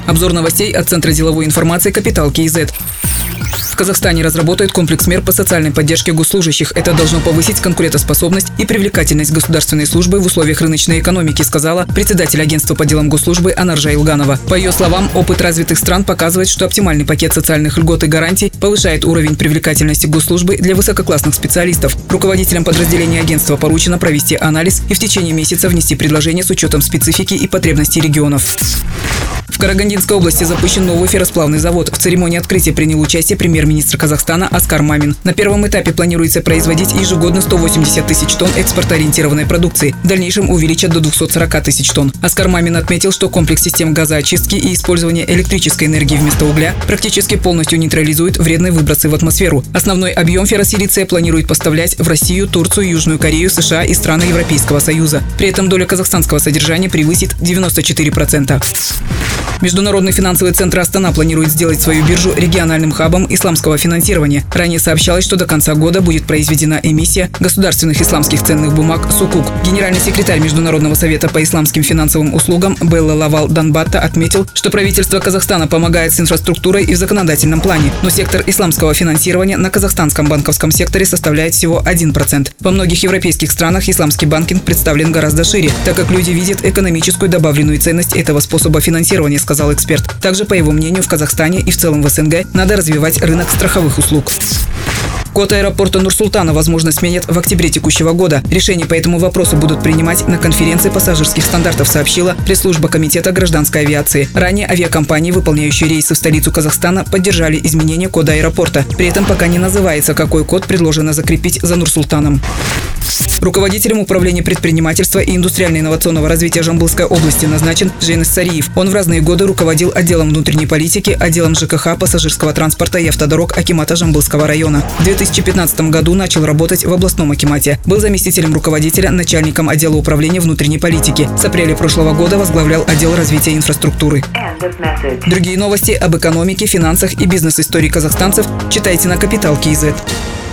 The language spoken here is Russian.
Обзор новостей от Центра деловой информации «Капитал КИЗ». В Казахстане разработают комплекс мер по социальной поддержке госслужащих. Это должно повысить конкурентоспособность и привлекательность государственной службы в условиях рыночной экономики, сказала председатель агентства по делам госслужбы Анаржа Илганова. По ее словам, опыт развитых стран показывает, что оптимальный пакет социальных льгот и гарантий повышает уровень привлекательности госслужбы для высококлассных специалистов. Руководителям подразделения агентства поручено провести анализ и в течение месяца внести предложения с учетом специфики и потребностей регионов. В Карагандинской области запущен новый ферросплавный завод. В церемонии открытия принял участие премьер-министр Казахстана Аскар Мамин. На первом этапе планируется производить ежегодно 180 тысяч тонн экспортоориентированной продукции. В дальнейшем увеличат до 240 тысяч тонн. Аскар Мамин отметил, что комплекс систем газоочистки и использования электрической энергии вместо угля практически полностью нейтрализует вредные выбросы в атмосферу. Основной объем ферросилиция планирует поставлять в Россию, Турцию, Южную Корею, США и страны Европейского Союза. При этом доля казахстанского содержания превысит 94%. Международный финансовый центр Астана планирует сделать свою биржу региональным хабом исламского финансирования. Ранее сообщалось, что до конца года будет произведена эмиссия государственных исламских ценных бумаг «Сукук». Генеральный секретарь Международного совета по исламским финансовым услугам Белла Лавал Данбатта отметил, что правительство Казахстана помогает с инфраструктурой и в законодательном плане, но сектор исламского финансирования на казахстанском банковском секторе составляет всего 1%. Во многих европейских странах исламский банкинг представлен гораздо шире, так как люди видят экономическую добавленную ценность этого способа финансирования, сказал эксперт. Также, по его мнению, в Казахстане и в целом в СНГ надо развивать рынок страховых услуг. Код аэропорта Нур-Султана, возможно, сменят в октябре текущего года. Решения по этому вопросу будут принимать на конференции пассажирских стандартов, сообщила пресс-служба Комитета гражданской авиации. Ранее авиакомпании, выполняющие рейсы в столицу Казахстана, поддержали изменение кода аэропорта. При этом пока не называется, какой код предложено закрепить за Нур-Султаном. Руководителем управления предпринимательства и индустриально-инновационного развития Жамбылской области назначен Женис Сариев. Он в разные годы руководил отделом внутренней политики, отделом ЖКХ, пассажирского транспорта и автодорог акимата Жамбылского района. В 2015 году начал работать в областном акимате. Был заместителем руководителя, начальником отдела управления внутренней политики. С апреля прошлого года возглавлял отдел развития инфраструктуры. Другие новости об экономике, финансах и бизнес-истории казахстанцев читайте на Капитал КИЗ.